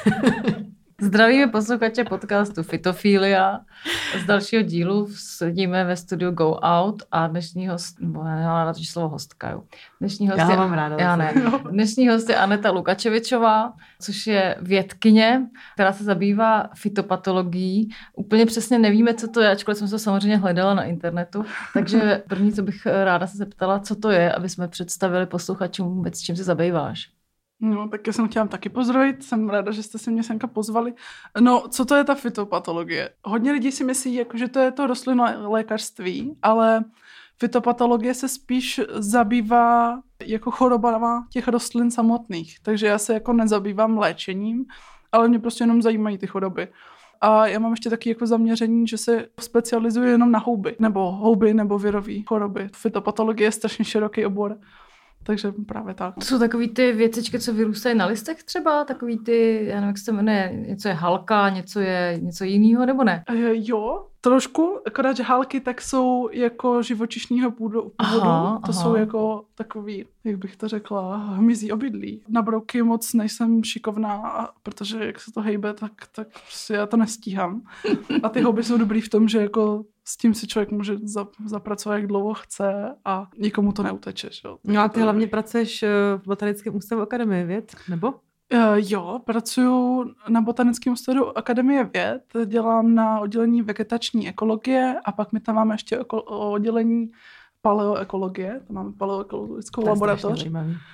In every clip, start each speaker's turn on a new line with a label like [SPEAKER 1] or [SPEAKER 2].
[SPEAKER 1] Zdravíme posluchače podcastu Fitofilia. Z dalšího dílu sedíme ve studiu Go Out a dnešní host, já ráda slovo hostka, jo.
[SPEAKER 2] Já mám ráda.
[SPEAKER 1] Já ne. Dnešní host je Aneta Lukačevičová, což je vědkyně, která se zabývá fytopatologií. Úplně přesně nevíme, co to je, ačkoliv jsem se samozřejmě hledala na internetu. Takže první, co bych ráda se zeptala, co to je, aby jsme představili posluchačům vůbec, čím se zabýváš.
[SPEAKER 2] No, tak já jsem chtěla taky pozdravit, jsem ráda, že jste si mě semka pozvali. No, co to je ta fytopatologie? Hodně lidí si myslí, jako, že to je to rostlinolékařství, ale fytopatologie se spíš zabývá jako chorobama těch rostlin samotných, takže já se jako nezabývám léčením, ale mě prostě jenom zajímají ty choroby. A já mám ještě taky jako zaměření, že se specializuji jenom na houby nebo virové choroby. Fytopatologie je strašně široký obor. Takže právě tak.
[SPEAKER 1] To jsou takový ty věcičky, co vyrůstají na listech třeba? Takový ty, já nevím, jak se jmenuje, něco je halka, něco je něco jiného, nebo ne?
[SPEAKER 2] Jo, trošku, akorát, že halky tak jsou jako živočišního původu. To jsou jako takový, jak bych to řekla, hmyzí obydlí. Na brouky moc nejsem šikovná, protože jak se to hejbe, tak prostě já to nestíhám. A ty houby jsou dobrý v tom, že jako s tím si člověk může zapracovat, jak dlouho chce a nikomu to neuteče. Jo?
[SPEAKER 3] No a ty hlavně pracuješ v Botanickém ústavu Akademie věd, nebo?
[SPEAKER 2] Jo, pracuji na Botanickém ústavu Akademie věd, dělám na oddělení vegetační ekologie a pak my tam máme ještě oddělení paleoekologie, tam máme paleoekologickou laboratoř.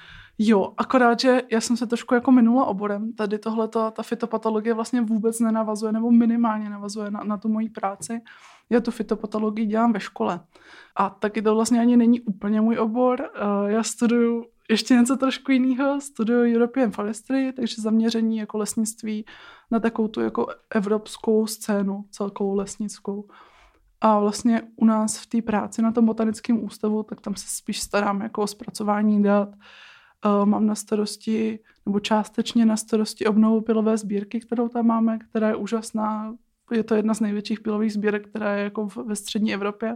[SPEAKER 2] Jo, akorát, že já jsem se trošku jako minula oborem, tady tohleto, ta fytopatologie vlastně vůbec nenavazuje, nebo minimálně navazuje na tu moji práci. Já tu fytopatologii dělám ve škole. A taky to vlastně ani není úplně můj obor. Já studuju ještě něco trošku jiného, studuju European Forestry, takže zaměření jako lesnictví na takovou tu jako evropskou scénu, celkovou lesnickou. A vlastně u nás v té práci na tom botanickém ústavu, tak tam se spíš starám jako o zpracování dat. Mám na starosti, nebo částečně na starosti obnovu pilové sbírky, kterou tam máme, která je úžasná. Je to jedna z největších pilových sbírek, která je jako ve střední Evropě.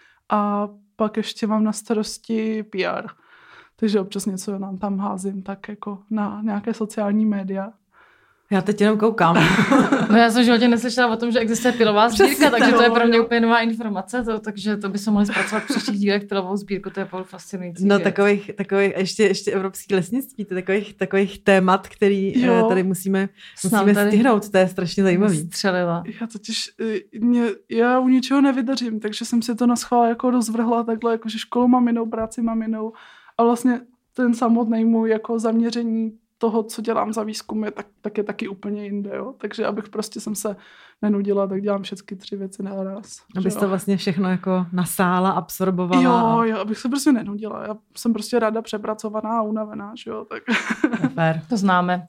[SPEAKER 2] A pak ještě mám na starosti PR. Takže občas něco nám tam házím tak jako na nějaké sociální média.
[SPEAKER 3] Já teď jenom koukám.
[SPEAKER 1] No já jsem v životě neslyšela o tom, že existuje pilová sbírka, takže to je pro mě úplně nová informace, takže to by se mohli zpracovat v příštích dílech pilovou sbírku, to je fascinující.
[SPEAKER 3] No takových ještě evropský lesnictví, to takových témat, který tady musíme stihnout, to je strašně zajímavý.
[SPEAKER 1] Střelila.
[SPEAKER 2] Já totiž, já u ničeho nevydařím, takže jsem si to naschvál jako rozvrhla takhle, jako že školu mám jinou, práci mám jinou a vlastně ten samotný můj jako zaměření toho, co dělám za výzkum, je taky úplně jinde, jo. Takže abych prostě jsem se nenudila, tak dělám všechny 3 věci naraz.
[SPEAKER 3] Abys to vlastně všechno jako nasála, absorbovala.
[SPEAKER 2] Jo, abych se prostě nenudila. Já jsem prostě ráda přepracovaná a unavená, že jo, tak.
[SPEAKER 3] Fér.
[SPEAKER 1] To známe.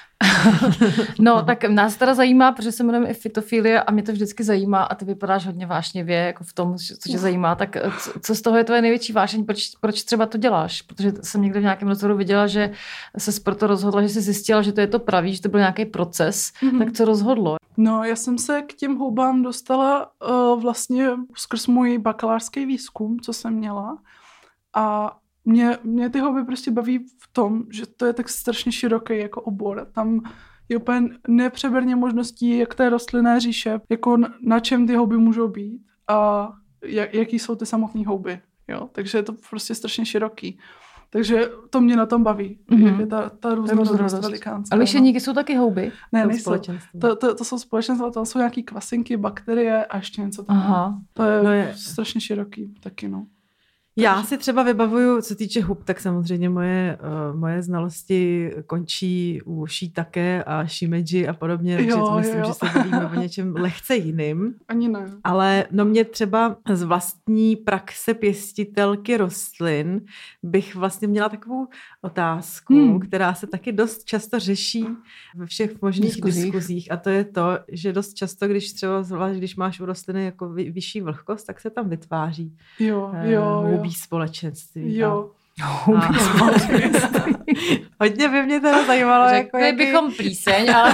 [SPEAKER 1] No, tak nás teda zajímá, protože se jmenujeme i Fitofilia a mě to vždycky zajímá a ty vypadáš hodně vášnivě jako v tom, co tě zajímá, tak co z toho je tvoje největší vášeň, proč třeba to děláš? Protože jsem někde v nějakém rozhovoru viděla, že se proto rozhodla, že jsi zjistila, že to je to pravý, že to byl nějaký proces, tak co rozhodlo?
[SPEAKER 2] No, já jsem se k těm houbám dostala vlastně skrz můj bakalářský výzkum, co jsem měla a mě ty houby prostě baví v tom, že to je tak strašně široký jako obor. Tam je úplně nepřeberně možností, jak té rostlinné říše, jako na čem ty houby můžou být a jaký jsou ty samotné houby. Jo? Takže je to prostě strašně široký. Takže to mě na tom baví. Je ta různorodost velikánská.
[SPEAKER 1] A lišeníky jsou taky houby?
[SPEAKER 2] Ne, nejsou. To jsou společenstva, to jsou nějaký kvasinky, bakterie a ještě něco tam. To je strašně široký taky, no.
[SPEAKER 3] Já si třeba vybavuju, co týče hub, tak samozřejmě moje znalosti končí u shiitake a shimeji a podobně, takže myslím, že se bavíme o něčem lehce jiným.
[SPEAKER 2] Ani ne.
[SPEAKER 3] Ale no mě třeba z vlastní praxe pěstitelky rostlin bych vlastně měla takovou otázku, která se taky dost často řeší ve všech možných diskuzích a to je to, že dost často, když máš u rostliny jako vyšší vlhkost, tak se tam vytváří houbí společenství.
[SPEAKER 2] Jo.
[SPEAKER 3] Hodně by mě teda zajímalo.
[SPEAKER 1] Řekli bychom plíseň, ale...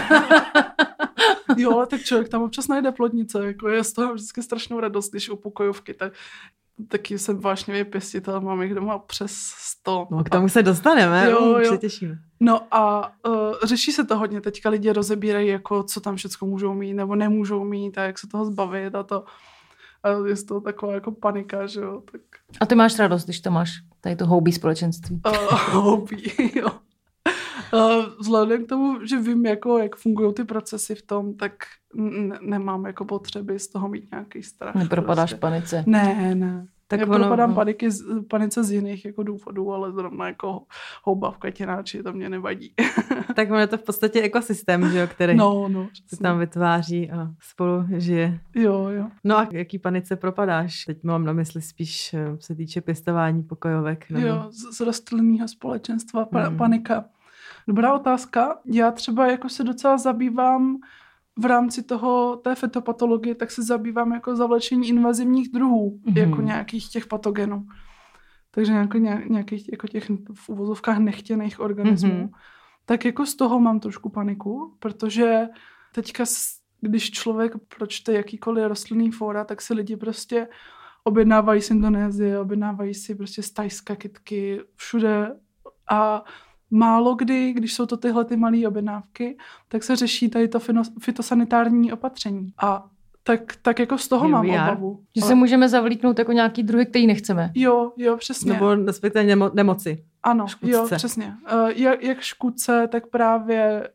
[SPEAKER 2] Jo, ale tak člověk tam občas najde plodnice. Jako je z toho vždycky strašnou radost, když u pokojovky. Tak taky jsem vášnivý pěstitel, mám jich doma přes 100.
[SPEAKER 3] No, k tomu se dostaneme,
[SPEAKER 2] jo.
[SPEAKER 3] se těšíme.
[SPEAKER 2] No a řeší se to hodně, teďka lidi rozebírají, jako co tam všechno můžou mít nebo nemůžou mít a jak se toho zbavit a to. A je to taková jako panika, že jo. Tak...
[SPEAKER 1] A ty máš radost, když to máš tady to houbí společenství.
[SPEAKER 2] Houbí, jo. Vzhledem k tomu, že vím, jako, jak fungují ty procesy v tom, tak nemám jako potřeby z toho mít nějaký strach.
[SPEAKER 1] Nepropadáš panice.
[SPEAKER 2] Ne. Tak já propadám panice z jiných jako důvodů, ale zrovna jako houba v květináči, to mě nevadí.
[SPEAKER 3] Tak on je to v podstatě ekosystém, že jo, který se tam vytváří a spolu žije.
[SPEAKER 2] Jo.
[SPEAKER 3] No a jaký panice propadáš? Teď mám na mysli spíš se týče pěstování pokojovek. Nebo...
[SPEAKER 2] Jo, z rostlinného společenstva panika. Dobrá otázka. Já třeba jako se docela zabývám v rámci té fytopatologie, tak se zabývám jako zavlečení invazivních druhů, jako nějakých těch patogenů. Takže nějakých jako těch v uvozovkách nechtěných organismů. Tak jako z toho mám trošku paniku, protože teďka, když člověk pročte jakýkoliv rostlinný fóra, tak si lidi prostě objednávají z Indonésie, objednávají si prostě z Thajska kytky všude a málo kdy, když jsou to tyhle ty malé objednávky, tak se řeší tady to fytosanitární opatření. A tak jako z toho mám obavu.
[SPEAKER 1] Že se můžeme zavlíknout jako nějaký druhy, který nechceme.
[SPEAKER 2] Jo, přesně.
[SPEAKER 3] Nebo respektive nemoci.
[SPEAKER 2] Ano,
[SPEAKER 3] škůdce.
[SPEAKER 2] Jo, přesně. Jak škůdce, tak právě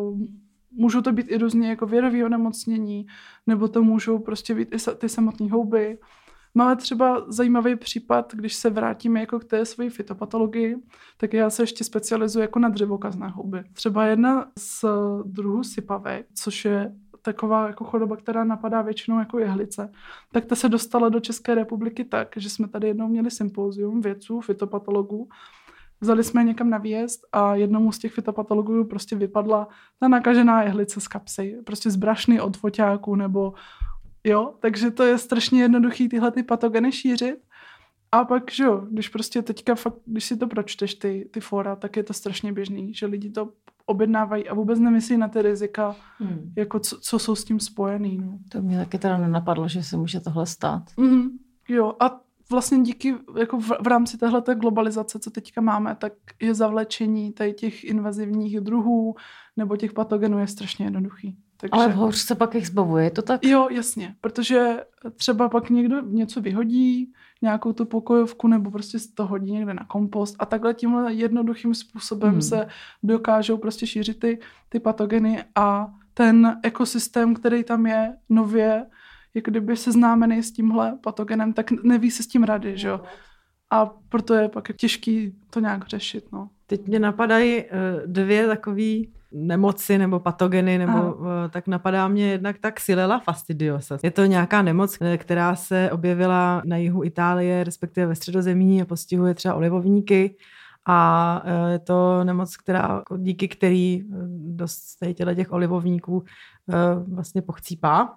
[SPEAKER 2] můžou to být i různě jako věrový onemocnění, nebo to můžou prostě být i ty samotné houby. Máme třeba zajímavý případ, když se vrátíme jako k té své fytopatologii, tak já se ještě specializuji jako na dřevokazné houby. Třeba jedna z druhů sypavek, což je taková jako choroba, která napadá většinou jako jehlice, tak ta se dostala do České republiky tak, že jsme tady jednou měli sympózium vědců, fytopatologů, vzali jsme je někam na výjezd a jednomu z těch fytopatologů prostě vypadla ta nakažená jehlice z kapsy, prostě z brašny od foťáku nebo jo, takže to je strašně jednoduchý tyhle ty patogeny šířit. A pak, že jo, když prostě teďka fakt, když si to pročteš ty fóra, tak je to strašně běžný, že lidi to objednávají a vůbec nemyslí na ty rizika, jako co jsou s tím spojený. No.
[SPEAKER 1] To mě taky teda nenapadlo, že se může tohle stát.
[SPEAKER 2] Jo, a vlastně díky, jako v rámci téhleté globalizace, co teďka máme, tak je zavlečení tady těch invazivních druhů nebo těch patogenů je strašně jednoduchý. Takže...
[SPEAKER 1] Ale hůř se pak jich zbavuje, je to tak?
[SPEAKER 2] Jo, jasně, protože třeba pak někdo něco vyhodí, nějakou tu pokojovku, nebo prostě to hodí někde na kompost a takhle tímhle jednoduchým způsobem se dokážou prostě šířit ty patogeny a ten ekosystém, který tam je nově, jak kdyby seznámený s tímhle patogenem, tak neví se s tím rady, že jo? A proto je pak těžký to nějak řešit, no.
[SPEAKER 3] Teď mě napadají dvě takové nemoci nebo patogeny, nebo tak napadá mě jednak ta Xylella fastidiosa. Je to nějaká nemoc, která se objevila na jihu Itálie, respektive ve Středozemí a postihuje třeba olivovníky. A je to nemoc, díky který dost těch olivovníků vlastně pochcípá.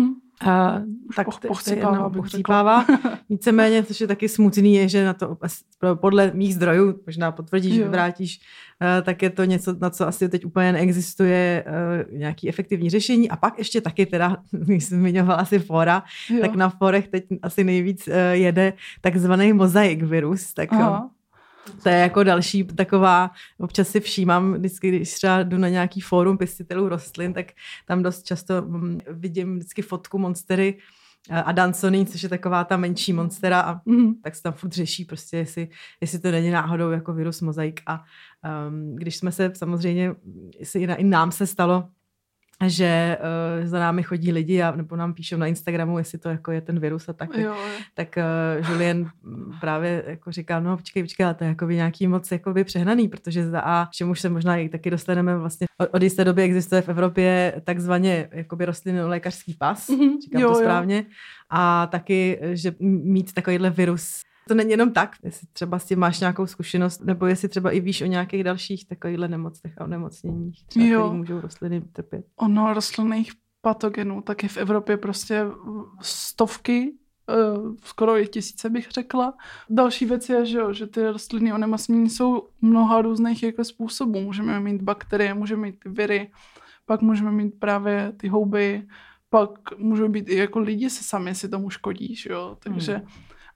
[SPEAKER 3] Tak pochcípává. Víceméně, což je taky smutný, je, že na to podle mých zdrojů, možná potvrdíš, vrátíš, tak je to něco, na co asi teď úplně neexistuje nějaký efektivní řešení. A pak ještě taky teda, když jsem zmiňovala asi fóra, tak na fórech teď asi nejvíc jede takzvaný mozaik virus. Tak to je jako další taková, občas si všímám, vždycky, když třeba jdu na nějaký fórum pěstitelů rostlin, tak tam dost často vidím vždycky fotku monstery Adansony, což je taková ta menší monstera a tak se tam furt řeší prostě, jestli to není náhodou jako virus mozaik. A když jsme se samozřejmě, i nám se stalo, že za námi chodí lidi nebo nám píšou na Instagramu, jestli to jako je ten virus a tak Julien právě jako říká, no počkej, ale to je jako nějaký moc jakoby přehnaný, protože čemu už se možná i taky dostaneme vlastně, od jisté doby existuje v Evropě takzvaně jakoby rostlinolékařský pas, říkám to správně, a taky, že mít takovýhle virus, to není jenom tak, jestli třeba s tím máš nějakou zkušenost, nebo jestli třeba i víš o nějakých dalších takovýchhle nemocech a onemocněních, třeba, který můžou rostliny trpět.
[SPEAKER 2] Ono rostlinných patogenů, tak je v Evropě prostě stovky, skoro i tisíce bych řekla. Další věc je, že ty rostlinné onemocnění jsou mnoha různých jako způsobů. Můžeme mít bakterie, můžeme mít ty viry, pak můžeme mít právě ty houby, pak můžou být i jako lidi se sami si tomu škodí, že jo, takže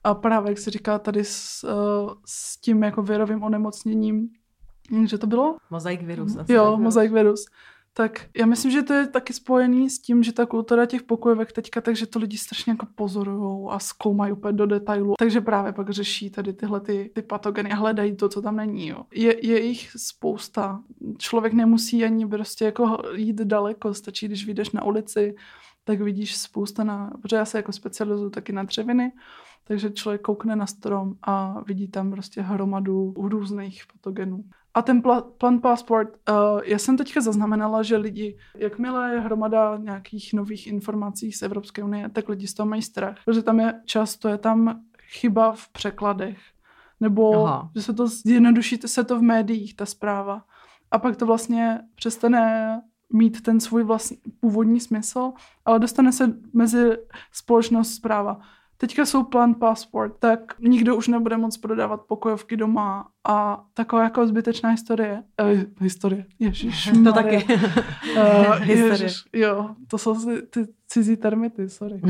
[SPEAKER 2] A právě, jak se říká tady s tím jako virovým onemocněním, že to bylo?
[SPEAKER 3] Mozaik virus.
[SPEAKER 2] Jo, mozaik virus. Tak já myslím, že to je taky spojený s tím, že ta kultura těch pokojovek teďka, takže to lidi strašně jako pozorujou a zkoumají úplně do detailu. Takže právě pak řeší tady tyhle ty patogeny a hledají to, co tam není. Jo. Je jich spousta. Člověk nemusí ani prostě jako jít daleko, stačí, když vyjdeš na ulici, tak vidíš spousta protože já se jako specializuju taky na dřeviny, takže člověk koukne na strom a vidí tam prostě hromadu různých patogenů. A ten Plant Passport, já jsem teďka zaznamenala, že lidi, jakmile je hromada nějakých nových informací z Evropské unie, tak lidi z toho mají strach, protože tam je tam chyba v překladech, nebo že se to zjednoduší se to v médiích, ta zpráva. A pak to vlastně přestane mít ten svůj vlastní původní smysl, ale dostane se mezi společnost zpráva. Teďka jsou Plant Passport, tak nikdo už nebude moc prodávat pokojovky doma a taková jako zbytečná historie. Ježišmarja.
[SPEAKER 3] To taky.
[SPEAKER 2] Ježiš, jo, to jsou ty cizí termity, sorry.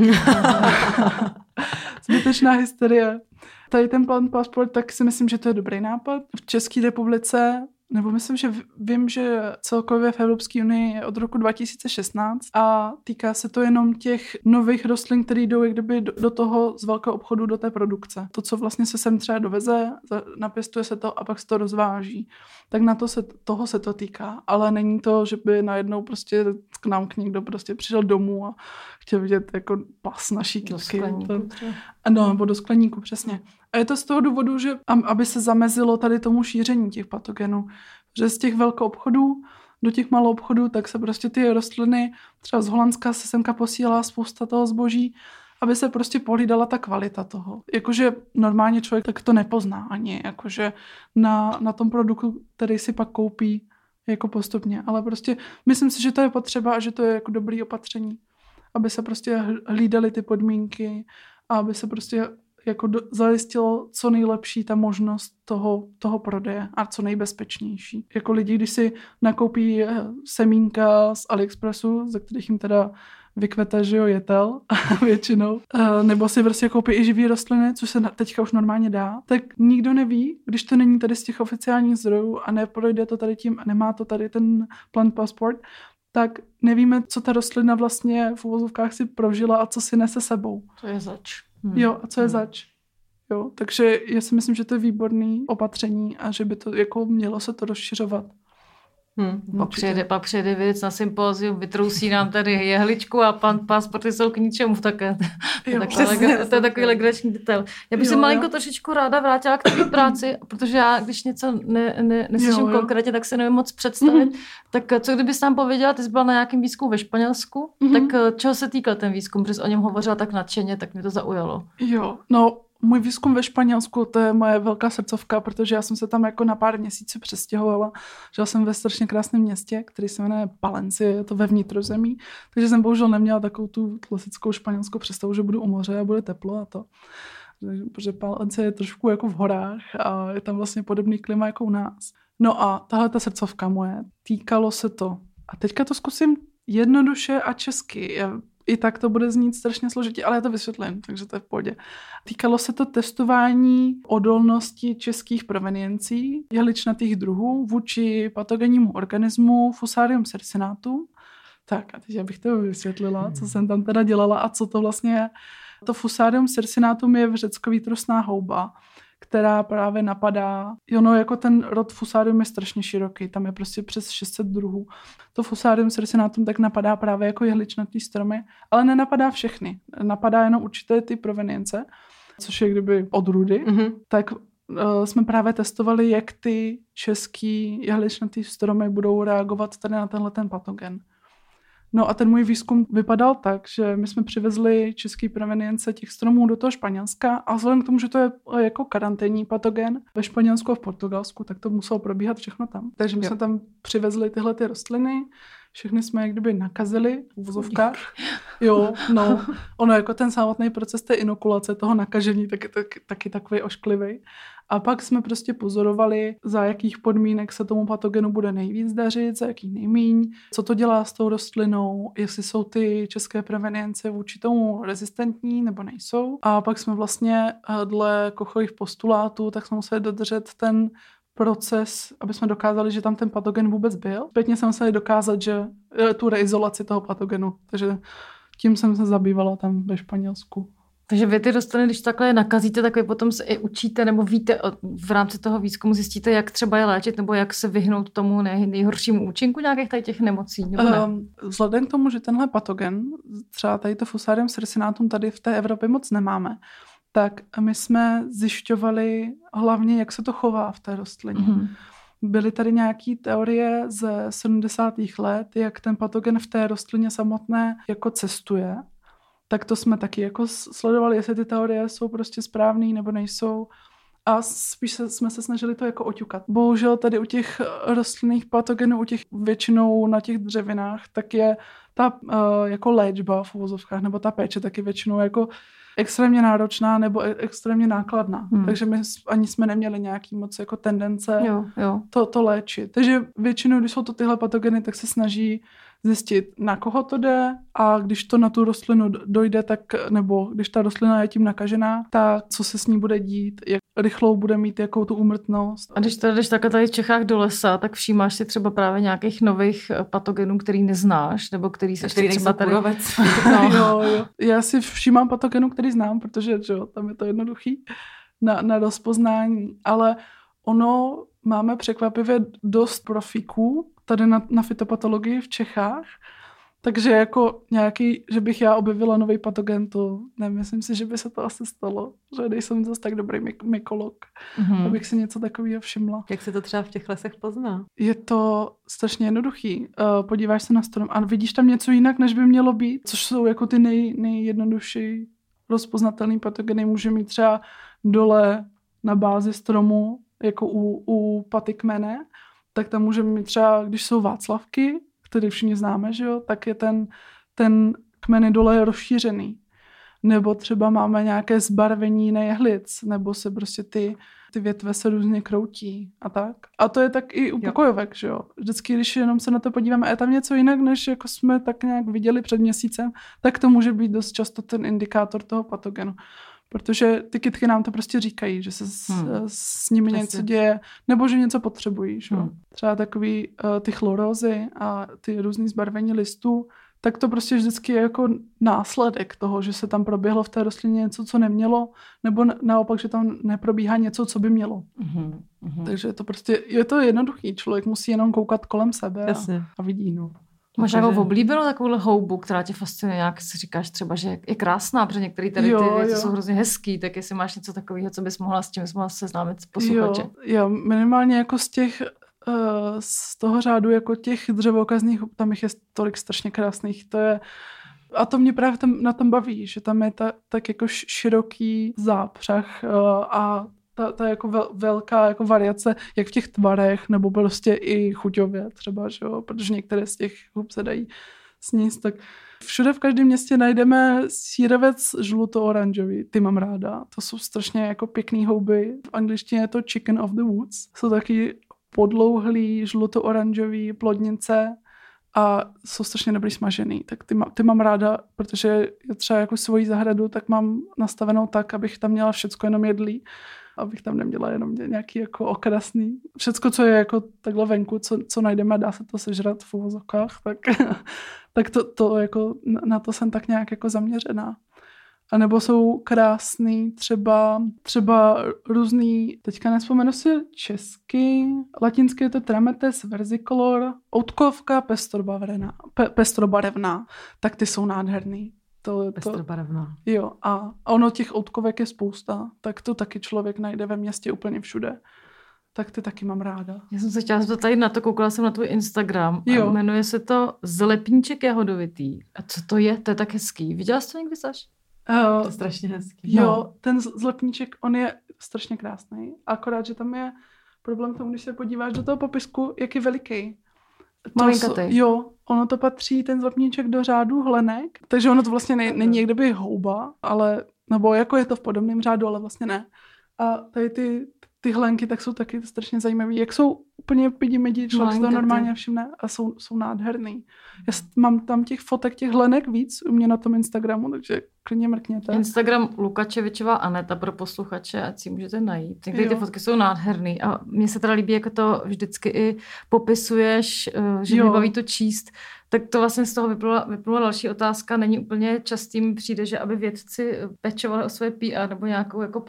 [SPEAKER 2] Zbytečná hysterie. Tady ten Plant Passport, tak si myslím, že to je dobrý nápad. V České republice nebo myslím, že vím, že celkově v Evropské unii je od roku 2016 a týká se to jenom těch nových rostlin, které jdou jak kdyby do toho z velkého obchodu do té produkce. To, co vlastně se sem třeba doveze, napěstuje se to a pak se to rozváží. Tak toho se to týká, ale není to, že by najednou prostě k nám někdo prostě přišel domů a chtěl vidět jako pas naší kytky. No, nebo do skleníku, přesně. A je to z toho důvodu, že aby se zamezilo tady tomu šíření těch patogenů. Že z těch velkoobchodů do těch maloobchodů, tak se prostě ty rostliny, třeba z Holandska se semka posílá spousta toho zboží, aby se prostě pohlídala ta kvalita toho. Jakože normálně člověk tak to nepozná ani, jakože na tom produktu, který si pak koupí jako postupně. Ale prostě myslím si, že to je potřeba a že to je jako dobrý opatření, aby se prostě hlídaly ty podmínky a aby se prostě jako zajistilo co nejlepší ta možnost toho prodeje a co nejbezpečnější. Jako lidi, když si nakoupí semínka z AliExpressu, ze kterých jim teda vykvete, že jo, jetel většinou, nebo si prostě koupí i živý rostliny, což se teďka už normálně dá, tak nikdo neví, když to není tady z těch oficiálních zdrojů a neprojde to tady tím a nemá to tady ten Plant Passport, tak nevíme, co ta rostlina vlastně v uvozovkách si prožila a co si nese sebou.
[SPEAKER 1] Co je zač.
[SPEAKER 2] Jo, a co je zač. Jo, takže já si myslím, že to je výborný opatření a že by to jako mělo se to rozšiřovat.
[SPEAKER 1] Pak přijede věc na sympózium, vytrousí nám tady jehličku a pan pasporty jsou k ničemu. To je takový legrační detail. Já bych se malinko trošičku ráda vrátila k té práci, protože já, když něco neslyším konkrétně, tak si nevím moc představit. Tak co kdybys nám pověděla, ty jsi byla na nějakém výzkumu ve Španělsku, tak čeho se týkal ten výzkum, protože jsi o něm hovořila tak nadšeně, tak mě to zaujalo.
[SPEAKER 2] Jo, no můj výzkum ve Španělsku, to je moje velká srdcovka, protože já jsem se tam jako na pár měsíců přestěhovala. Žila jsem ve strašně krásném městě, který se jmenuje Palencia, je to ve vnitrozemí, takže jsem bohužel neměla takovou tu klasickou španělskou představu, že budu u moře a bude teplo a to. Protože Palencia je trošku jako v horách a je tam vlastně podobný klima jako u nás. No a tahle ta srdcovka moje, týkalo se to. A teďka to zkusím jednoduše a česky. I tak to bude znít strašně složitě, ale já to vysvětlím, takže to je v pohodě. Týkalo se to testování odolnosti českých proveniencí jehličnatých druhů vůči patogennímu organismu Fusarium cercinatum. Tak a teď já bych to vysvětlila, co jsem tam teda dělala a co to vlastně je. To Fusarium cercinatum je řeckovítrusná houba, která právě napadá, jako ten rod Fusarium je strašně široký, tam je prostě přes 600 druhů. To Fusarium cercinatum tak napadá právě jako jehličnatý stromy, ale nenapadá všechny. Napadá jenom určité ty provenience, což je kdyby odrůdy. Tak jsme právě testovali, jak ty český jehličnatý stromy budou reagovat tady na tenhle ten patogen. No a ten můj výzkum vypadal tak, že my jsme přivezli český provenience těch stromů do toho Španělska a vzhledem k tomu, že to je jako karanténní patogen ve Španělsku a v Portugalsku, tak to muselo probíhat všechno tam. Takže my jsme tam přivezli tyhle ty rostliny, všechny jsme jak kdyby nakazili v uvozovkách. Jo, no, ono jako ten samotný proces té inokulace, toho nakažení, taky takový ošklivý. A pak jsme prostě pozorovali, za jakých podmínek se tomu patogenu bude nejvíc dařit, za jakých nejmíň, co to dělá s tou rostlinou, jestli jsou ty české provenience vůči tomu rezistentní nebo nejsou. A pak jsme vlastně dle Kochových postulátů, tak jsme museli dodržet ten proces, aby jsme dokázali, že tam ten patogen vůbec byl. Zpětně jsme museli dokázat, že tu reizolaci toho patogenu. Takže tím jsem se zabývala tam ve Španělsku.
[SPEAKER 1] Takže vy ty rostliny, když takhle nakazíte, tak vy potom se i učíte nebo víte, v rámci toho výzkumu zjistíte, jak třeba je léčit nebo jak se vyhnout tomu nejhoršímu účinku nějakých tady těch nemocí, nebo ne?
[SPEAKER 2] Vzhledem k tomu, že tenhle patogen, třeba tady to Fusarium sericinatum tady v té Evropě moc nemáme, tak my jsme zjišťovali hlavně, jak se to chová v té rostlině. Mm-hmm. Byly tady nějaké teorie ze 70. let, jak ten patogen v té rostlině samotné jako cestuje. Tak to jsme taky jako sledovali, jestli ty teorie jsou prostě správný nebo nejsou. A spíš jsme se snažili to jako oťukat. Bohužel tady u těch rostlinných patogenů, u těch většinou na těch dřevinách, tak je ta jako léčba v uvozovkách, nebo ta péče taky většinou jako extrémně náročná nebo extrémně nákladná. Takže my ani jsme neměli nějaký moc jako tendence to léčit. Takže většinou, když jsou to tyhle patogeny, tak se snaží zjistit, na koho to jde, a když to na tu rostlinu dojde, tak, nebo když ta rostlina je tím nakažená, tak co se s ní bude dít, jak rychlou bude mít jakou tu úmrtnost.
[SPEAKER 1] A když jdeš takhle tady v Čechách do lesa, tak všímáš si třeba právě nějakých nových patogenů, který neznáš, nebo který se třeba tady...
[SPEAKER 2] Jo. Já si všímám patogenů, který znám, protože tam je to jednoduchý na rozpoznání, ale ono máme překvapivě dost profíků tady na fytopatologii v Čechách, takže jako nějaký, že bych já objevila nový patogen, to nemyslím si, že by se to asi stalo, že nejsem zase tak dobrý mykolog, abych si něco takového všimla.
[SPEAKER 3] Jak se to třeba v těch lesech pozná?
[SPEAKER 2] Je to strašně jednoduchý. Podíváš se na strom a vidíš tam něco jinak, než by mělo být, což jsou jako ty nejjednodušší rozpoznatelný patogeny. Může mít třeba dole na bázi stromu, jako u paty kmene, tak tam můžeme mít třeba, když jsou václavky, který všichni známe, že jo, tak je ten kmen dole rozšířený. Nebo třeba máme nějaké zbarvení jiné jehlic, nebo se prostě ty větve se různě kroutí a tak. A to je tak i u pokojovek, že jo. Vždycky, když jenom se na to podíváme, je tam něco jinak, než jako jsme tak nějak viděli před měsícem, tak to může být dost často ten indikátor toho patogenu. Protože ty kytky nám to prostě říkají, že se s nimi něco děje, nebo že něco potřebují. Že? Třeba takový ty chlorózy a ty různý zbarvení listů, tak to prostě vždycky je jako následek toho, že se tam proběhlo v té rostlině něco, co nemělo, nebo naopak, že tam neprobíhá něco, co by mělo. Takže to prostě, je to jednoduchý. Člověk musí jenom koukat kolem sebe a vidí. No.
[SPEAKER 1] Máš jako oblíbenou takovou houbu, která tě fascinuje, nějak si říkáš třeba, že je krásná, protože některé tady ty věci jsou hrozně hezký, tak jestli máš něco takového, co bys mohla s tím seznámit posluchače.
[SPEAKER 2] Jo, minimálně jako z toho řádu jako těch dřevokazných hub, tam jich je tolik strašně krásných, to je, a to mě právě na tom baví, že tam je tak jako široký zápřah a ta jako velká jako variace, jak v těch tvarech, nebo prostě i chuťově třeba, že jo? Protože některé z těch hub se dají sníst. Tak všude v každém městě najdeme sírovec žluto-oranžový, ty mám ráda. To jsou strašně jako pěkný houby. V angličtině je to chicken of the woods. Jsou taky podlouhlý žluto-oranžový plodnice a jsou strašně dobrý smažený. Tak ty mám ráda, protože třeba jako svoji zahradu, tak mám nastavenou tak, abych tam měla všecko jenom jedlý, abych tam neměla jenom nějaký jako okrasný. Všecko, co je jako takhle venku, co najdeme, dá se to sežrat v uvozovkách, tak to jako na to jsem tak nějak jako zaměřená. A nebo jsou krásný třeba různý, teďka nespomenu si česky, latinsky je to Trametes versicolor, outkovka pestrobarevná, tak ty jsou nádherný.
[SPEAKER 3] Pestrobarevná.
[SPEAKER 2] Jo, a ono těch outkovek je spousta, tak to taky člověk najde ve městě úplně všude. Tak ty taky mám ráda.
[SPEAKER 1] Já jsem se chtěla zeptat tady na to, koukala jsem na tvůj Instagram a jmenuje se to Zlepníček jahodovitý. A co to je? To je tak hezký. Viděla jsi to někdy, Saš?
[SPEAKER 3] To je strašně hezký.
[SPEAKER 2] Jo, ten zlepníček, on je strašně krásný. Akorát, že tam je problém tomu, když se podíváš do toho popisku, jak je veliký.
[SPEAKER 1] Malinkatej.
[SPEAKER 2] Jo, ono to patří, ten zlepníček, do řádu hlenek, takže ono to vlastně není jak kdyby houba, ale, nebo jako je to v podobném řádu, ale vlastně ne. A tady ty ty hlenky tak jsou taky strašně zajímavý. Jak jsou úplně pidi-midi, člověk si to normálně všimne a jsou nádherný. Já mám tam těch fotek, těch hlenek víc u mě na tom Instagramu, takže klidně mrkněte.
[SPEAKER 1] Instagram Lukačevičová Aneta pro posluchače, ať si můžete najít. Někdy ty fotky jsou nádherný a mně se teda líbí, jako to vždycky i popisuješ, že mě baví to číst. Tak to vlastně z toho vyplula další otázka. Není úplně častým přijde, že aby vědci pečovali o své PR nebo nějakou jako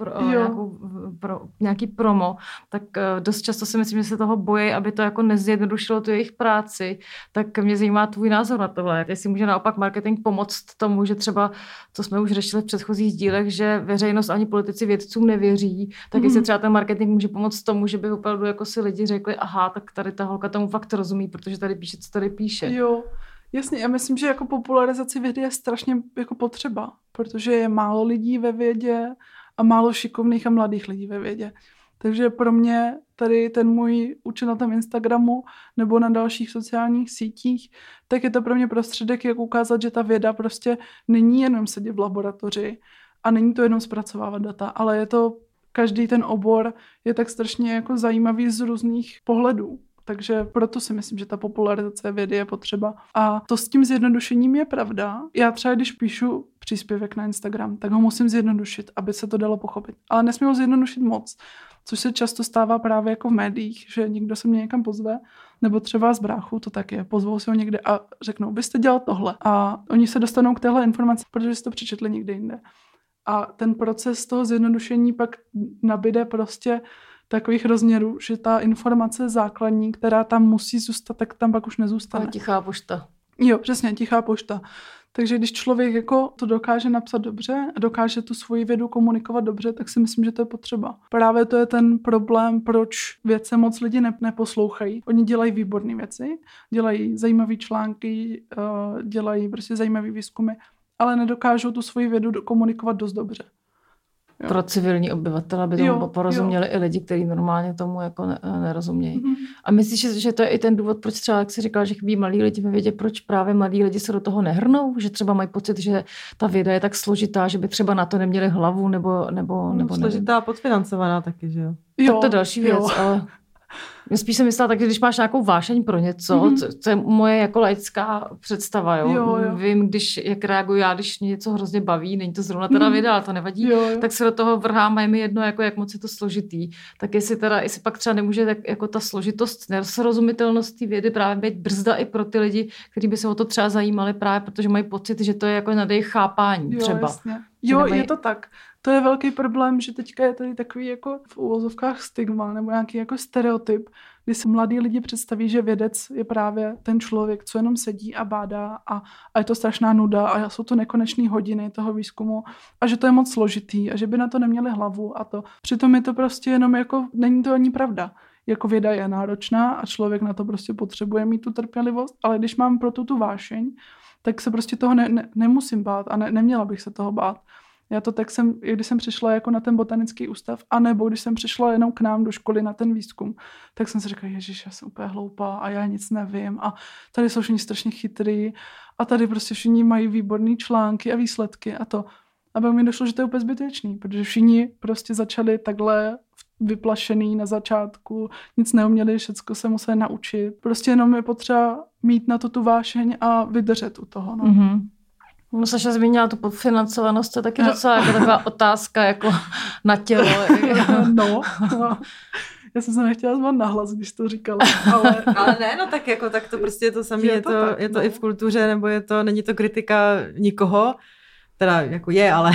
[SPEAKER 1] nějaký promo, tak dost často si myslím, že se toho bojí, aby to jako nezjednodušilo tu jejich práci. Tak mě zajímá tvůj názor na tohle. Jestli může naopak marketing pomoct tomu, že třeba, co jsme už řešili v předchozích dílech, že veřejnost ani politici vědcům nevěří, tak jestli třeba ten marketing může pomoct tomu, že by opravdu jako si lidi řekli, aha, tak tady ta holka tomu fakt rozumí, protože tady píše, co tady píše.
[SPEAKER 2] Jo. Jasně, já myslím, že jako popularizace vědy je strašně jako potřeba, protože je málo lidí ve vědě a málo šikovných a mladých lidí ve vědě. Takže pro mě tady ten můj účet na tom Instagramu nebo na dalších sociálních sítích, tak je to pro mě prostředek, jak ukázat, že ta věda prostě není jenom sedět v laboratoři a není to jenom zpracovávat data, ale je to, každý ten obor je tak strašně jako zajímavý z různých pohledů. Takže proto si myslím, že ta popularizace vědy je potřeba. A to s tím zjednodušením je pravda. Já třeba, když píšu příspěvek na Instagram, tak ho musím zjednodušit, aby se to dalo pochopit. Ale nesmím ho zjednodušit moc, což se často stává právě jako v médiích, že někdo se mě někam pozve, nebo třeba z bráchu, to tak je, pozvou se ho někde a řeknou, byste dělal tohle. A oni se dostanou k téhle informaci, protože si to přečetli někde jinde. A ten proces toho zjednodušení pak nabyde prostě takových rozměrů, že ta informace základní, která tam musí zůstat, tak tam pak už nezůstane.
[SPEAKER 1] Tichá pošta.
[SPEAKER 2] Jo, přesně, tichá pošta. Takže když člověk jako to dokáže napsat dobře a dokáže tu svoji vědu komunikovat dobře, tak si myslím, že to je potřeba. Právě to je ten problém, proč vědce moc lidi neposlouchají. Oni dělají výborné věci, dělají zajímavé články, dělají prostě zajímavé výzkumy, ale nedokážou tu svoji vědu komunikovat dost dobře. Jo.
[SPEAKER 1] Pro civilní obyvatele, aby tomu porozuměli i lidi, kteří normálně tomu jako nerozumějí. Mm-hmm. A myslíš, že to je i ten důvod, proč třeba, jak jsi říkala, že chybí mladí lidi ve vědě, proč právě mladí lidi se do toho nehrnou? Že třeba mají pocit, že ta věda je tak složitá, že by třeba na to neměli hlavu nebo
[SPEAKER 3] složitá a podfinancovaná taky, že jo?
[SPEAKER 1] Tak to je další věc, ale spíš jsem myslela tak, že když máš nějakou vášeň pro něco, co je moje jako laická představa, jo? Vím, jak reaguju já, když mě něco hrozně baví, není to zrovna teda věda, ale to nevadí, tak se do toho vrhám a je mi jedno, jak moc je to složitý. Tak jestli pak třeba nemůže jako ta složitost, nesrozumitelnost té vědy právě být brzda i pro ty lidi, kteří by se o to třeba zajímali právě, protože mají pocit, že to je jako na jejich chápání třeba.
[SPEAKER 2] Jasně. Jo, je to tak. To je velký problém, že teďka je tady takový jako v uvozovkách stigma nebo nějaký jako stereotyp, kdy si mladí lidi představí, že vědec je právě ten člověk, co jenom sedí a bádá a je to strašná nuda a jsou to nekonečné hodiny toho výzkumu a že to je moc složitý a že by na to neměli hlavu a to. Přitom je to prostě jenom jako, není to ani pravda. Jako věda je náročná a člověk na to prostě potřebuje mít tu trpělivost, ale když mám pro tu vášeň, tak se prostě toho nemusím bát a neměla bych se toho bát. Já to tak když jsem přišla jako na ten botanický ústav, anebo když jsem přišla jenom k nám do školy na ten výzkum, tak jsem si řekla, ježiš, já jsem úplně hloupá a já nic nevím a tady jsou všichni strašně chytrý a tady prostě všichni mají výborný články a výsledky a to. A pak mi došlo, že to je úplně zbytečný, protože všichni prostě začali takhle vyplašený na začátku, nic neuměli, všecko se museli naučit. Prostě jenom je potřeba mít na to tu vášeň a vydržet u toho. No.
[SPEAKER 1] Mm-hmm. No, Saša zmínila tu podfinancovanost, to je taky docela jako taková otázka jako na tělo.
[SPEAKER 2] No. Já jsem se nechtěla zvat nahlas, když to říkala. Ale
[SPEAKER 3] ne, no tak to prostě je to samé, je to i v kultuře, nebo není to kritika nikoho, teda jako je, ale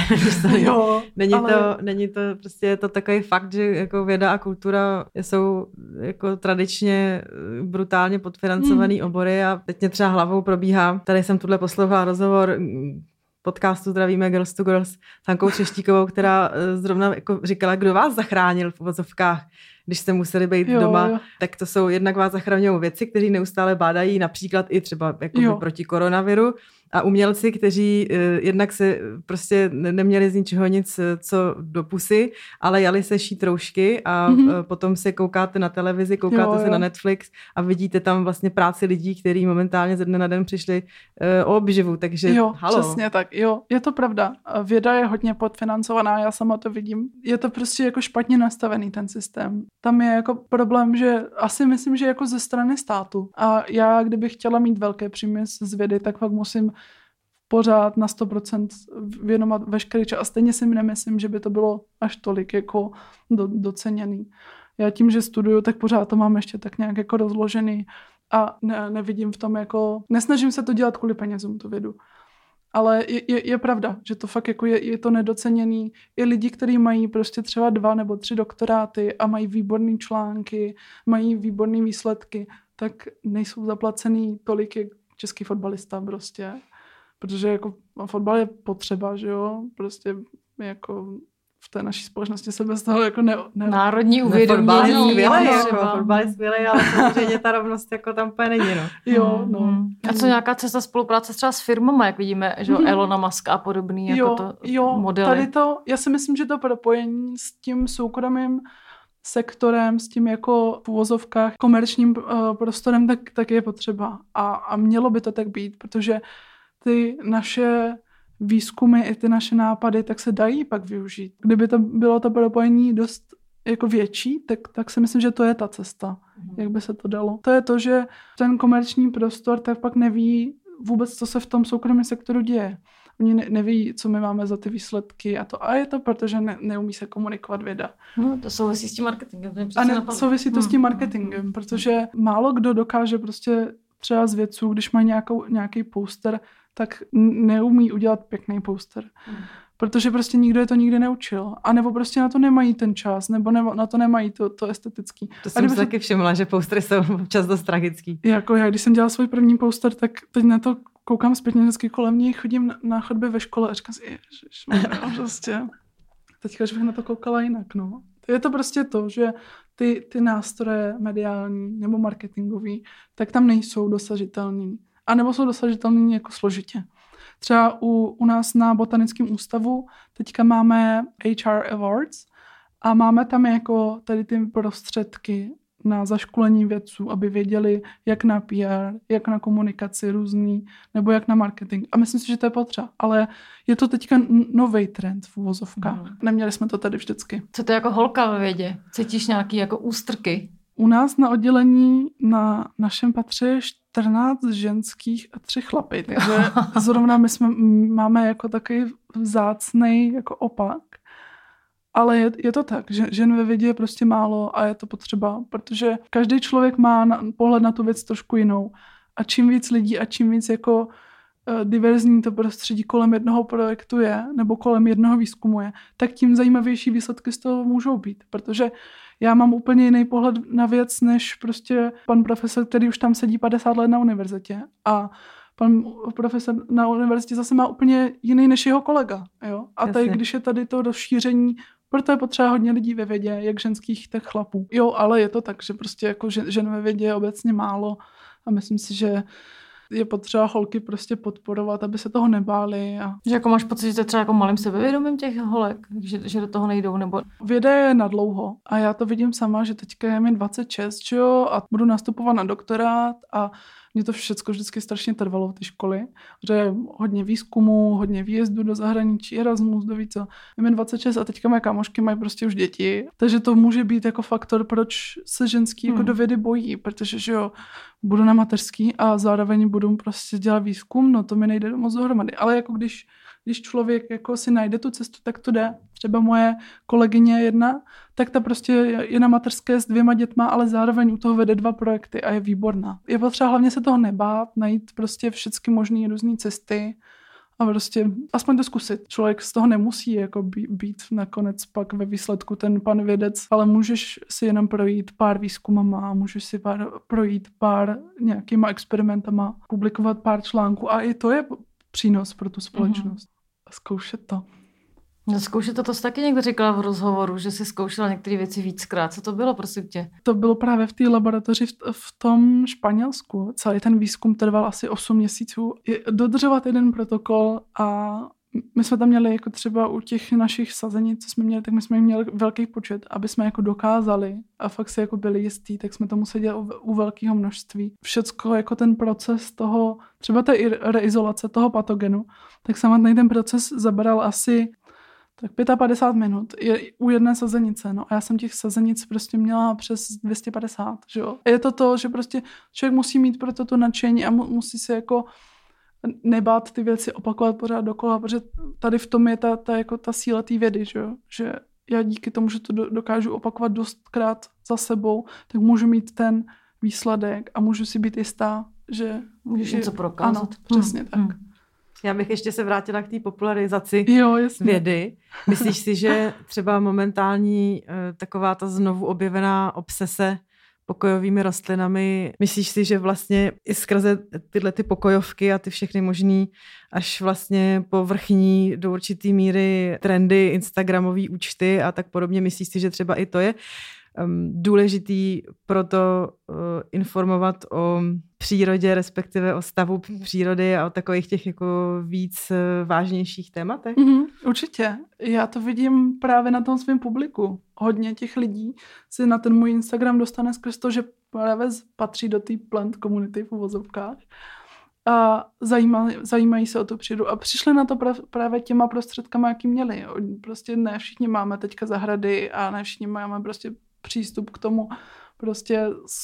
[SPEAKER 3] není to prostě je to takový fakt, že jako věda a kultura jsou jako tradičně brutálně podfinancovaný obory a teď mě třeba hlavou probíhá, tady jsem tuhle poslouchala rozhovor podcastu Zdravíme Girls to Girls s Hankou Třeštíkovou, která zrovna jako říkala, kdo vás zachránil v uvozovkách, když jste museli být doma, tak to jsou jednak vás zachraňují věci, kteří neustále bádají, například i třeba proti koronaviru. A umělci, kteří jednak se prostě neměli z ničeho nic, co do pusy, ale jali se šít roušky a potom se koukáte na televizi, koukáte se na Netflix a vidíte tam vlastně práci lidí, kteří momentálně ze dne na den přišli o obživu, takže halo.
[SPEAKER 2] Přesně tak, je to pravda. Věda je hodně podfinancovaná, já sama to vidím. Je to prostě jako špatně nastavený ten systém. Tam je jako problém, že asi myslím, že jako ze strany státu. A já, kdybych chtěla mít velké příjmy z vědy, tak pak musím pořád na 100% věnovat veškerý čas. A stejně si nemyslím, že by to bylo až tolik jako doceněný. Já tím, že studuju, tak pořád to mám ještě tak nějak jako rozložený a nevidím v tom jako... Nesnažím se to dělat kvůli penězům, tu vědu. Ale je pravda, že to fakt jako je to nedoceněný. I lidi, kteří mají prostě třeba 2 nebo 3 doktoráty a mají výborný články, mají výborné výsledky, tak nejsou zaplacený tolik jak český fotbalista prostě. Protože jako fotbal je potřeba, že jo? Prostě jako v té naší společnosti se bez toho jako
[SPEAKER 1] národní uvědomění.
[SPEAKER 3] Fotbal je skvělej, ale samozřejmě ta rovnost jako tam úplně není, no.
[SPEAKER 2] Jo, no.
[SPEAKER 1] A co nějaká cesta spolupráce třeba s firmama, jak vidíme, že Elona Musk a podobný jako to modely?
[SPEAKER 2] Tady to, já si myslím, že to propojení s tím soukromým sektorem, s tím jako v uvozovkách komerčním prostorem, tak je potřeba. A mělo by to tak být, protože ty naše výzkumy i ty naše nápady, tak se dají pak využít. Kdyby to bylo to propojení dost jako větší, tak si myslím, že to je ta cesta, jak by se to dalo. To je to, že ten komerční prostor tak pak neví vůbec, co se v tom soukromém sektoru děje. Oni neví, co my máme za ty výsledky a je to, protože neumí se komunikovat věda.
[SPEAKER 1] No, to souvisí s tím marketingem.
[SPEAKER 2] A souvisí to s tím marketingem, protože málo kdo dokáže prostě třeba z vědců, když mají nějaký poster, tak neumí udělat pěkný poster. Protože prostě nikdo je to nikdy neučil. A nebo prostě na to nemají ten čas, nebo na to nemají to estetický.
[SPEAKER 3] To jsem si taky všimla, že postery jsou občas dost tragický.
[SPEAKER 2] Jako já, když jsem dělala svůj první poster, tak teď na to koukám zpětně vždycky kolem něj, chodím na chodbě ve škole a říkám si, ježišmarja, prostě. Teďka, že bych na to koukala jinak, no. Je to prostě to, že ty nástroje mediální nebo marketingový, tak tam nejsou dosažitelný. A nebo jsou dosažitelný jako složitě. Třeba u nás na Botanickém ústavu teďka máme HR Awards a máme tam jako tady ty prostředky na zaškolení vědců, aby věděli, jak na PR, jak na komunikaci různý, nebo jak na marketing. A myslím si, že to je potřeba. Ale je to teďka nový trend v uvozovkách. Neměli jsme to tady vždycky.
[SPEAKER 1] Co to je jako holka ve vědě? Cítíš nějaký jako ústrky?
[SPEAKER 2] U nás na oddělení na našem patře je 14 ženských a 3 chlapy. Takže zrovna my máme jako takový vzácnej jako opak. Ale je to tak, že žen ve vědě je prostě málo a je to potřeba, protože každý člověk má pohled na tu věc trošku jinou. A čím víc lidí a čím víc jako diverzní to prostředí kolem jednoho projektu je, nebo kolem jednoho výzkumu je, tak tím zajímavější výsledky z toho můžou být. Protože já mám úplně jiný pohled na věc, než prostě pan profesor, který už tam sedí 50 let na univerzitě. A pan profesor na univerzitě zase má úplně jiný než jeho kolega. Jo? A tady, když je tady to rozšíření, proto je potřeba hodně lidí ve vědě, jak ženských, tak chlapů. Jo, ale je to tak, že prostě jako žen ve vědě je obecně málo a myslím si, že je potřeba holky prostě podporovat, aby se toho nebály.
[SPEAKER 1] Že jako máš pocit, že to je třeba jako malým sebevědomím těch holek, že do toho nejdou, nebo...
[SPEAKER 2] Věda je nadlouho a já to vidím sama, že teďka je mi 26, jo, a budu nastupovat na doktorát a mě to všechno vždycky strašně trvalo v té školy, že je hodně výzkumu, hodně výjezdů do zahraničí, Erasmus, do více. Je mi 26 a teďka mé kámošky mají prostě už děti, takže to může být jako faktor, proč se ženský jako do vědy bojí, protože že jo, budu na mateřský a zároveň budu prostě dělat výzkum, no to mi nejde moc dohromady. Ale jako když člověk jako si najde tu cestu, tak to jde. Třeba moje kolegyně jedna, tak ta prostě je na mateřské s 2 dětma, ale zároveň u toho vede 2 projekty a je výborná. Je potřeba hlavně se toho nebát, najít prostě všechny možné různé cesty a prostě aspoň to zkusit. Člověk z toho nemusí jako být nakonec pak ve výsledku ten pan vědec, ale můžeš si jenom projít pár výzkumama, můžeš si projít pár nějakýma experimentama, publikovat pár článků a i to je přínos pro tu společnost. A zkoušet to.
[SPEAKER 1] No, zkoušet to jsi taky někdo říkala v rozhovoru, že jsi zkoušela některé věci víckrát. Co to bylo, prosím tě?
[SPEAKER 2] To bylo právě v té laboratoři v tom Španělsku. Celý ten výzkum trval asi 8 měsíců. Dodržovat jeden protokol a my jsme tam měli jako třeba u těch našich sazenic, co jsme měli, tak my jsme jich měli velký počet, aby jsme jako dokázali a fakt si jako byli jistí, tak jsme to museli dělat u velkého množství. Všecko jako ten proces toho, třeba té reizolace toho patogenu, tak samotný ten proces zabral asi tak 55 minut u jedné sazenice. No a já jsem těch sazenic prostě měla přes 250, že jo. A je to, že prostě člověk musí mít pro to nadšení a musí se jako nebát ty věci opakovat pořád dokola, protože tady v tom je ta síla té vědy, že jo? Že já díky tomu, že to dokážu opakovat dostkrát za sebou, tak můžu mít ten výsledek a můžu si být jistá, že...
[SPEAKER 1] Můžeš něco prokázat.
[SPEAKER 2] Ano, přesně tak.
[SPEAKER 3] Já bych ještě se vrátila k té popularizaci vědy. Myslíš si, že třeba momentální taková ta znovu objevená obsese pokojovými rostlinami, myslíš si, že vlastně i skrze tyhle ty pokojovky a ty všechny možný až vlastně povrchní do určitý míry trendy, instagramové účty a tak podobně, myslíš si, že třeba i to je důležitý proto informovat o přírodě, respektive o stavu přírody a o takových těch jako víc vážnějších tématech?
[SPEAKER 2] Určitě. Já to vidím právě na tom svém publiku. Hodně těch lidí si na ten můj Instagram dostane skrz to, že právě patří do té plant community v uvozovkách a zajímají se o tu přírodu a přišli na to právě těma prostředkama, jaký měli. Prostě ne všichni máme teďka zahrady a ne všichni máme prostě přístup k tomu prostě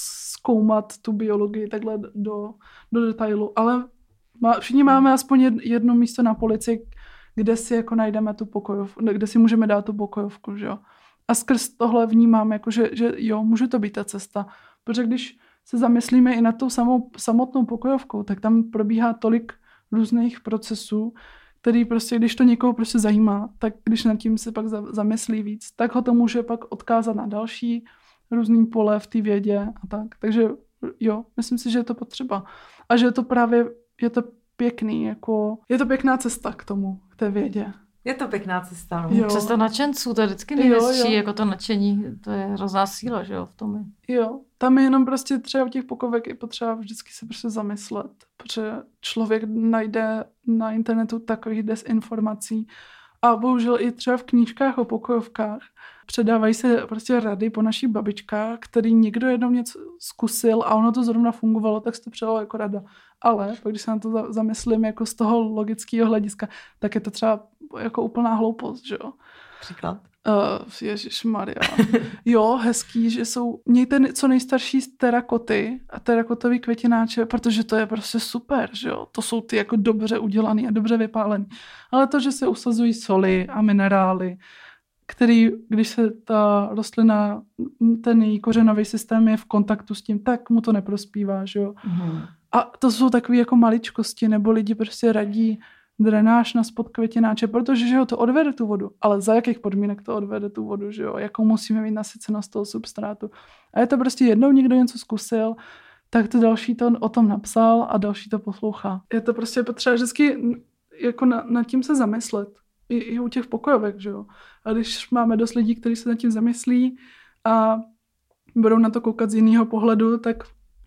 [SPEAKER 2] zkoumat tu biologii takhle do detailu, ale všichni máme aspoň jedno místo na polici, kde si jako najdeme tu pokojovku, kde si můžeme dát tu pokojovku, že jo. A skrz tohle vnímám, jako že jo, může to být ta cesta, protože když se zamyslíme i nad tou samotnou pokojovkou, tak tam probíhá tolik různých procesů, který prostě, když to někoho prostě zajímá, tak když nad tím se pak zamyslí víc, tak ho to může pak odkázat na další různý pole v té vědě a tak. Takže jo, myslím si, že je to potřeba. A že je to právě, je to pěkný, jako, je to pěkná cesta k tomu, k té vědě.
[SPEAKER 3] Je to pěkná cesta.
[SPEAKER 1] No. Cesta nadšenců, to je vždycky největší, jako to nadšení, to je hrozná síla, že jo, v tom je.
[SPEAKER 2] Jo, tam je jenom prostě třeba u těch pokojovek je potřeba vždycky se prostě zamyslet, protože člověk najde na internetu takových desinformací a bohužel i třeba v knížkách o pokojovkách předávají se prostě rady po našich babičkách, který někdo jednou něco zkusil a ono to zrovna fungovalo, tak se to předalo jako rada. Ale pak, když se na to zamyslím jako z toho logického hlediska, tak je to třeba jako úplná hloupost, že jo.
[SPEAKER 3] Příklad?
[SPEAKER 2] Ježišmarja. Jo, hezký, že mějte co nejstarší z terakoty a terakotový květináče, protože to je prostě super, že jo. To jsou ty jako dobře udělaný a dobře vypálený. Ale to, že se usazují soli a minerály, který, když se ta rostlina, ten její kořenový systém je v kontaktu s tím, tak mu to neprospívá, že jo. A to jsou takové jako maličkosti, nebo lidi prostě radí drenáž na spod květináče, protože že jo, to odvede tu vodu, ale za jakých podmínek to odvede tu vodu, že jo, jakou musíme mít nasycenost toho substrátu. A je to prostě jednou někdo něco zkusil, tak to další to o tom napsal a další to poslouchá. Je to prostě potřeba vždycky jako nad tím se zamyslet. I u těch pokojovek, že jo. A když máme dost lidí, kteří se nad tím zamyslí a budou na to koukat z jiného pohledu, tak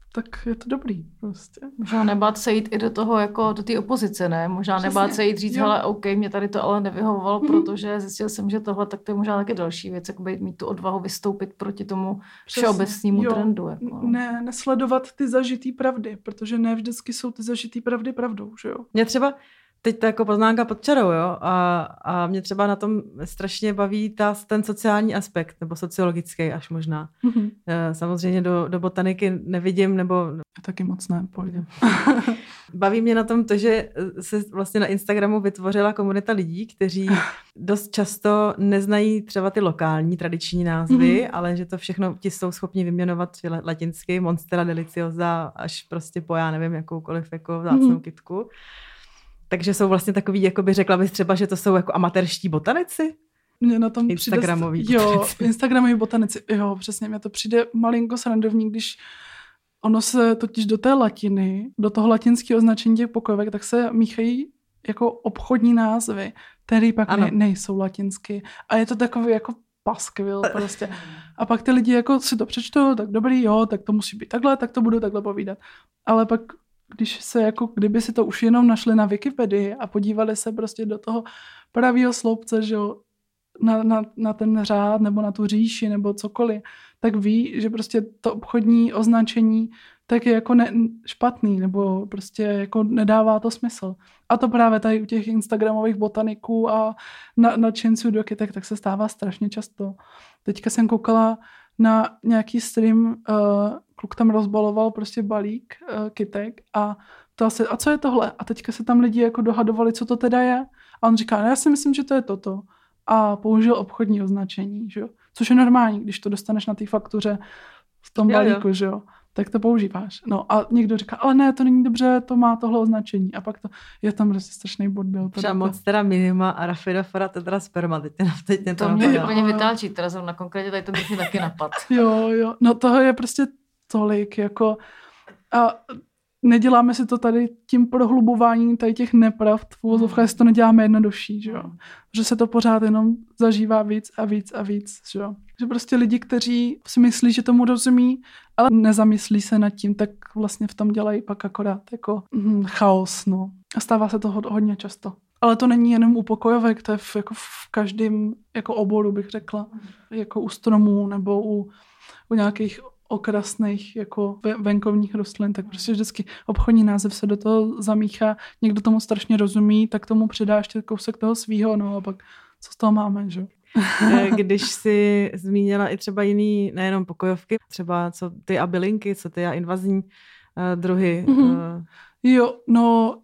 [SPEAKER 2] je to dobrý prostě.
[SPEAKER 1] Možná nebát se jít i do toho, jako do té opozice, ne? Možná nebát se jít říct, hele, OK, mě tady to ale nevyhovovalo, protože zjistil jsem, že tohle, tak to je možná taky další věc, jako mít tu odvahu vystoupit proti tomu všeobecnému trendu. Jako.
[SPEAKER 2] Nesledovat ty zažitý pravdy, protože ne vždycky jsou ty zažitý pravdy pravdou, že jo?
[SPEAKER 3] Mě třeba teď to jako poznámka pod čarou, jo? A mě třeba na tom strašně baví ten sociální aspekt, nebo sociologický až možná. Samozřejmě do botaniky nevidím, nebo...
[SPEAKER 2] Taky moc ne, pojďme.
[SPEAKER 3] Baví mě na tom to, že se vlastně na Instagramu vytvořila komunita lidí, kteří dost často neznají třeba ty lokální tradiční názvy, ale že to všechno ti jsou schopni vyměnovat latinsky, Monstera deliciosa, až prostě po já nevím, jakoukoliv jako vzácnou kytku. Takže jsou vlastně takový, jakoby řekla bys třeba, že to jsou jako amatérští botanici?
[SPEAKER 2] Mně na tom
[SPEAKER 3] Instagramoví
[SPEAKER 2] botanici. Jo, Instagramoví botanici. Jo, přesně, mně to přijde malinko srandovní, když ono se totiž do té latiny, do toho latinského označení těch pokojovek, tak se míchají jako obchodní názvy. který pak nejsou latinsky. A je to takový jako paskvil prostě. A pak ty lidi jako si to přečtou, tak dobrý, jo, tak to musí být takhle, tak to budu takhle povídat. Ale pak, když se jako, kdyby si to už jenom našli na Wikipedii a podívali se prostě do toho pravýho sloupce, že jo, na ten řád nebo na tu říši nebo cokoliv, tak ví, že prostě to obchodní označení tak je jako špatný nebo prostě jako nedává to smysl. A to právě tady u těch instagramových botaniků a nadšenců do kytek tak se stává strašně často. Teďka jsem koukala na nějaký stream, kluk tam rozbaloval prostě balík kytek a co je tohle? A teďka se tam lidi jako dohadovali, co to teda je. A on říká, já si myslím, že to je toto. A použil obchodní označení, že jo? Což je normální, když to dostaneš na té faktuře v tom balíku, že jo? Tak to používáš. No a někdo říká, ale ne, to není dobře, to má tohle označení. A pak to je tam prostě strašný bordel.
[SPEAKER 3] Třeba Monstera minima a Rafinofora tetrasperma. Teď
[SPEAKER 1] to mě úplně vytáčí, teda zrovna konkrétně tady to mě taky napad.
[SPEAKER 2] Jo, no toho je prostě tolik, jako a neděláme si to tady tím prohlubováním tady těch nepravd v uvozovkách, to neděláme jednodušší, že jo. Že se to pořád jenom zažívá víc a víc a víc, že jo. Že prostě lidi, kteří si myslí, že tomu rozumí, ale nezamyslí se nad tím, tak vlastně v tom dělají pak akorát jako chaos, no. A stává se to hodně často. Ale to není jenom u pokojovek, to je jako v každém jako oboru, bych řekla. Jako u stromů nebo u nějakých okrasných jako venkovních rostlin, tak prostě vždycky obchodní název se do toho zamíchá, někdo tomu strašně rozumí, tak tomu přidá ještě kousek toho svýho, no a pak co z toho máme, že?
[SPEAKER 3] Když jsi zmínila i třeba jiný, nejenom pokojovky, třeba co ty a bylinky, co ty a invazní druhy.
[SPEAKER 2] Jo, no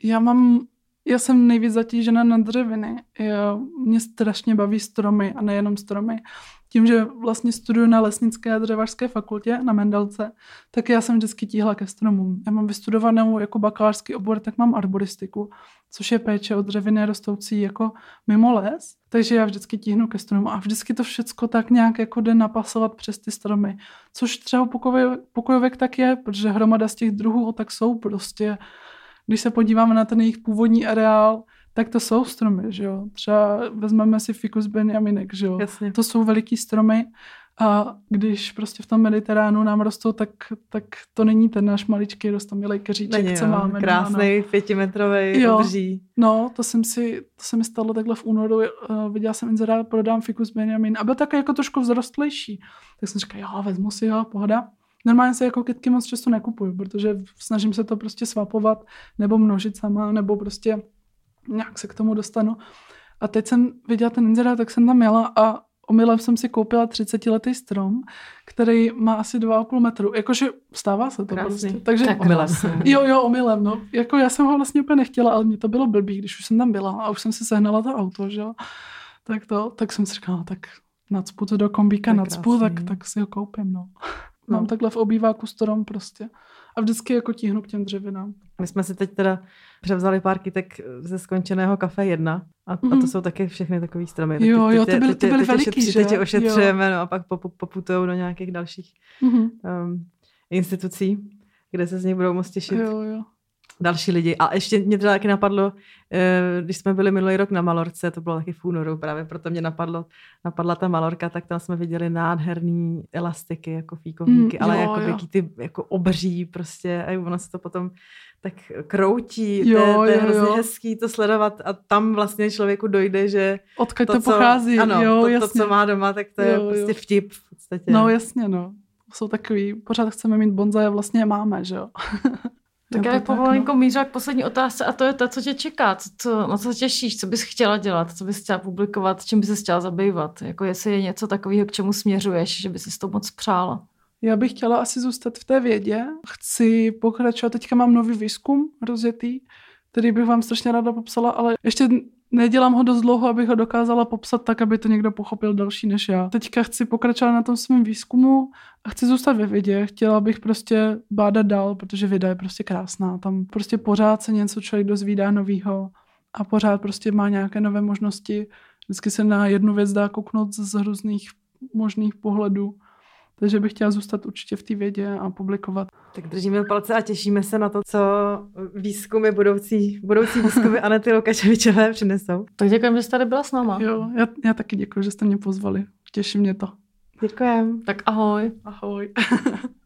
[SPEAKER 2] já jsem nejvíc zatížena na dřeviny. Mě strašně baví stromy a nejenom stromy. Tím, že vlastně studuju na lesnické a dřevařské fakultě na Mendelce, tak já jsem vždycky tíhla ke stromům. Já mám vystudovanou jako bakalářský obor, tak mám arboristiku, což je péče o dřeviny rostoucí jako mimo les. Takže já vždycky tíhnu ke stromům a vždycky to všecko tak nějak jako jde napasovat přes ty stromy. Což třeba pokojovek tak je, protože hromada z těch druhů tak jsou prostě, když se podíváme na ten jejich původní areál, tak to jsou stromy, že jo. Třeba vezmeme si Ficus benjaminek, že jo.
[SPEAKER 3] Jasně.
[SPEAKER 2] To jsou veliký stromy a když prostě v tom Mediteránu nám rostou, tak to není ten náš maličký rostomilej keříček, co máme.
[SPEAKER 3] Krásnej, 5metrový obří.
[SPEAKER 2] No, to se mi stalo takhle v únoru, viděla jsem inzerát, prodám Ficus benjamin a byl takový jako trošku vzrostlejší. Tak jsem říkala, jo, vezmu si ho, pohoda. Normálně se jako kytky moc často nekupuju, protože snažím se to prostě svapovat nebo množit sama, nebo prostě nějak se k tomu dostanu. A teď jsem viděla ten inzerát, tak jsem tam jela a omylem jsem si koupila 30letý strom, který má asi 2,5 metru. Jakože stává se to.
[SPEAKER 3] Krásný.
[SPEAKER 2] Prostě. Takže
[SPEAKER 3] tak omylem.
[SPEAKER 2] Jo, omylem, no. Jako já jsem ho vlastně úplně nechtěla, ale mě to bylo blbý, když už jsem tam byla a už jsem si sehnala to auto, že jo. Tak jsem si říkala, tak nacpu to do kombíka, tak si ho koupím, no. Mám takhle v obýváku strom prostě. A vždycky jako tíhnu k těm dřevinám.
[SPEAKER 3] My jsme si teď teda převzali pár kytek ze skončeného Kafe 1 a to jsou taky všechny takový stromy.
[SPEAKER 2] Jo, ty byly veliký, že?
[SPEAKER 3] Teď je ošetřujeme, no a pak poputujou do nějakých dalších institucí, kde se z nich budou moc těšit.
[SPEAKER 2] Jo.
[SPEAKER 3] Další lidi. A ještě mě teda taky napadlo, když jsme byli minulý rok na Malorce, to bylo taky v únoru, právě proto mě napadla ta Malorka, tak tam jsme viděli nádherný elastiky, jako fíkovníky, ale jako ty jako obří prostě a ono se to potom tak kroutí, to je hrozně hezký to sledovat a tam vlastně člověku dojde, že
[SPEAKER 2] odkud to pochází.
[SPEAKER 3] To, co má doma, tak to je prostě vtip v podstatě.
[SPEAKER 2] No jasně, no. Jsou takový, pořád chceme mít bonzaje, vlastně je máme, že jo.
[SPEAKER 1] Tak já pomalinko mířila k poslední otázce a to je ta, co tě čeká, na co se těšíš, co bys chtěla dělat, co bys chtěla publikovat, čím bys se chtěla zabývat, jako jestli je něco takového, k čemu směřuješ, že bys si to moc přála.
[SPEAKER 2] Já bych chtěla asi zůstat v té vědě, chci pokračovat, teďka mám nový výzkum rozjetý, který bych vám strašně ráda popsala, ale ještě nedělám ho dost dlouho, abych ho dokázala popsat tak, aby to někdo pochopil další než já. Teďka chci pokračovat na tom svém výzkumu a chci zůstat ve vědě. Chtěla bych prostě bádat dál, protože věda je prostě krásná. Tam prostě pořád se něco člověk dozvídá novýho a pořád prostě má nějaké nové možnosti. Vždycky se na jednu věc dá kouknout z různých možných pohledů. Takže bych chtěla zůstat určitě v té vědě a publikovat.
[SPEAKER 3] Tak držíme palce a těšíme se na to, co výzkumy budoucí výzkumy Anety Lukačevičové přinesou.
[SPEAKER 1] Tak děkujeme, že jste tady byla s náma.
[SPEAKER 2] Jo, já taky děkuji, že jste mě pozvali. Těší mě to.
[SPEAKER 3] Děkujem.
[SPEAKER 1] Tak ahoj.
[SPEAKER 2] Ahoj.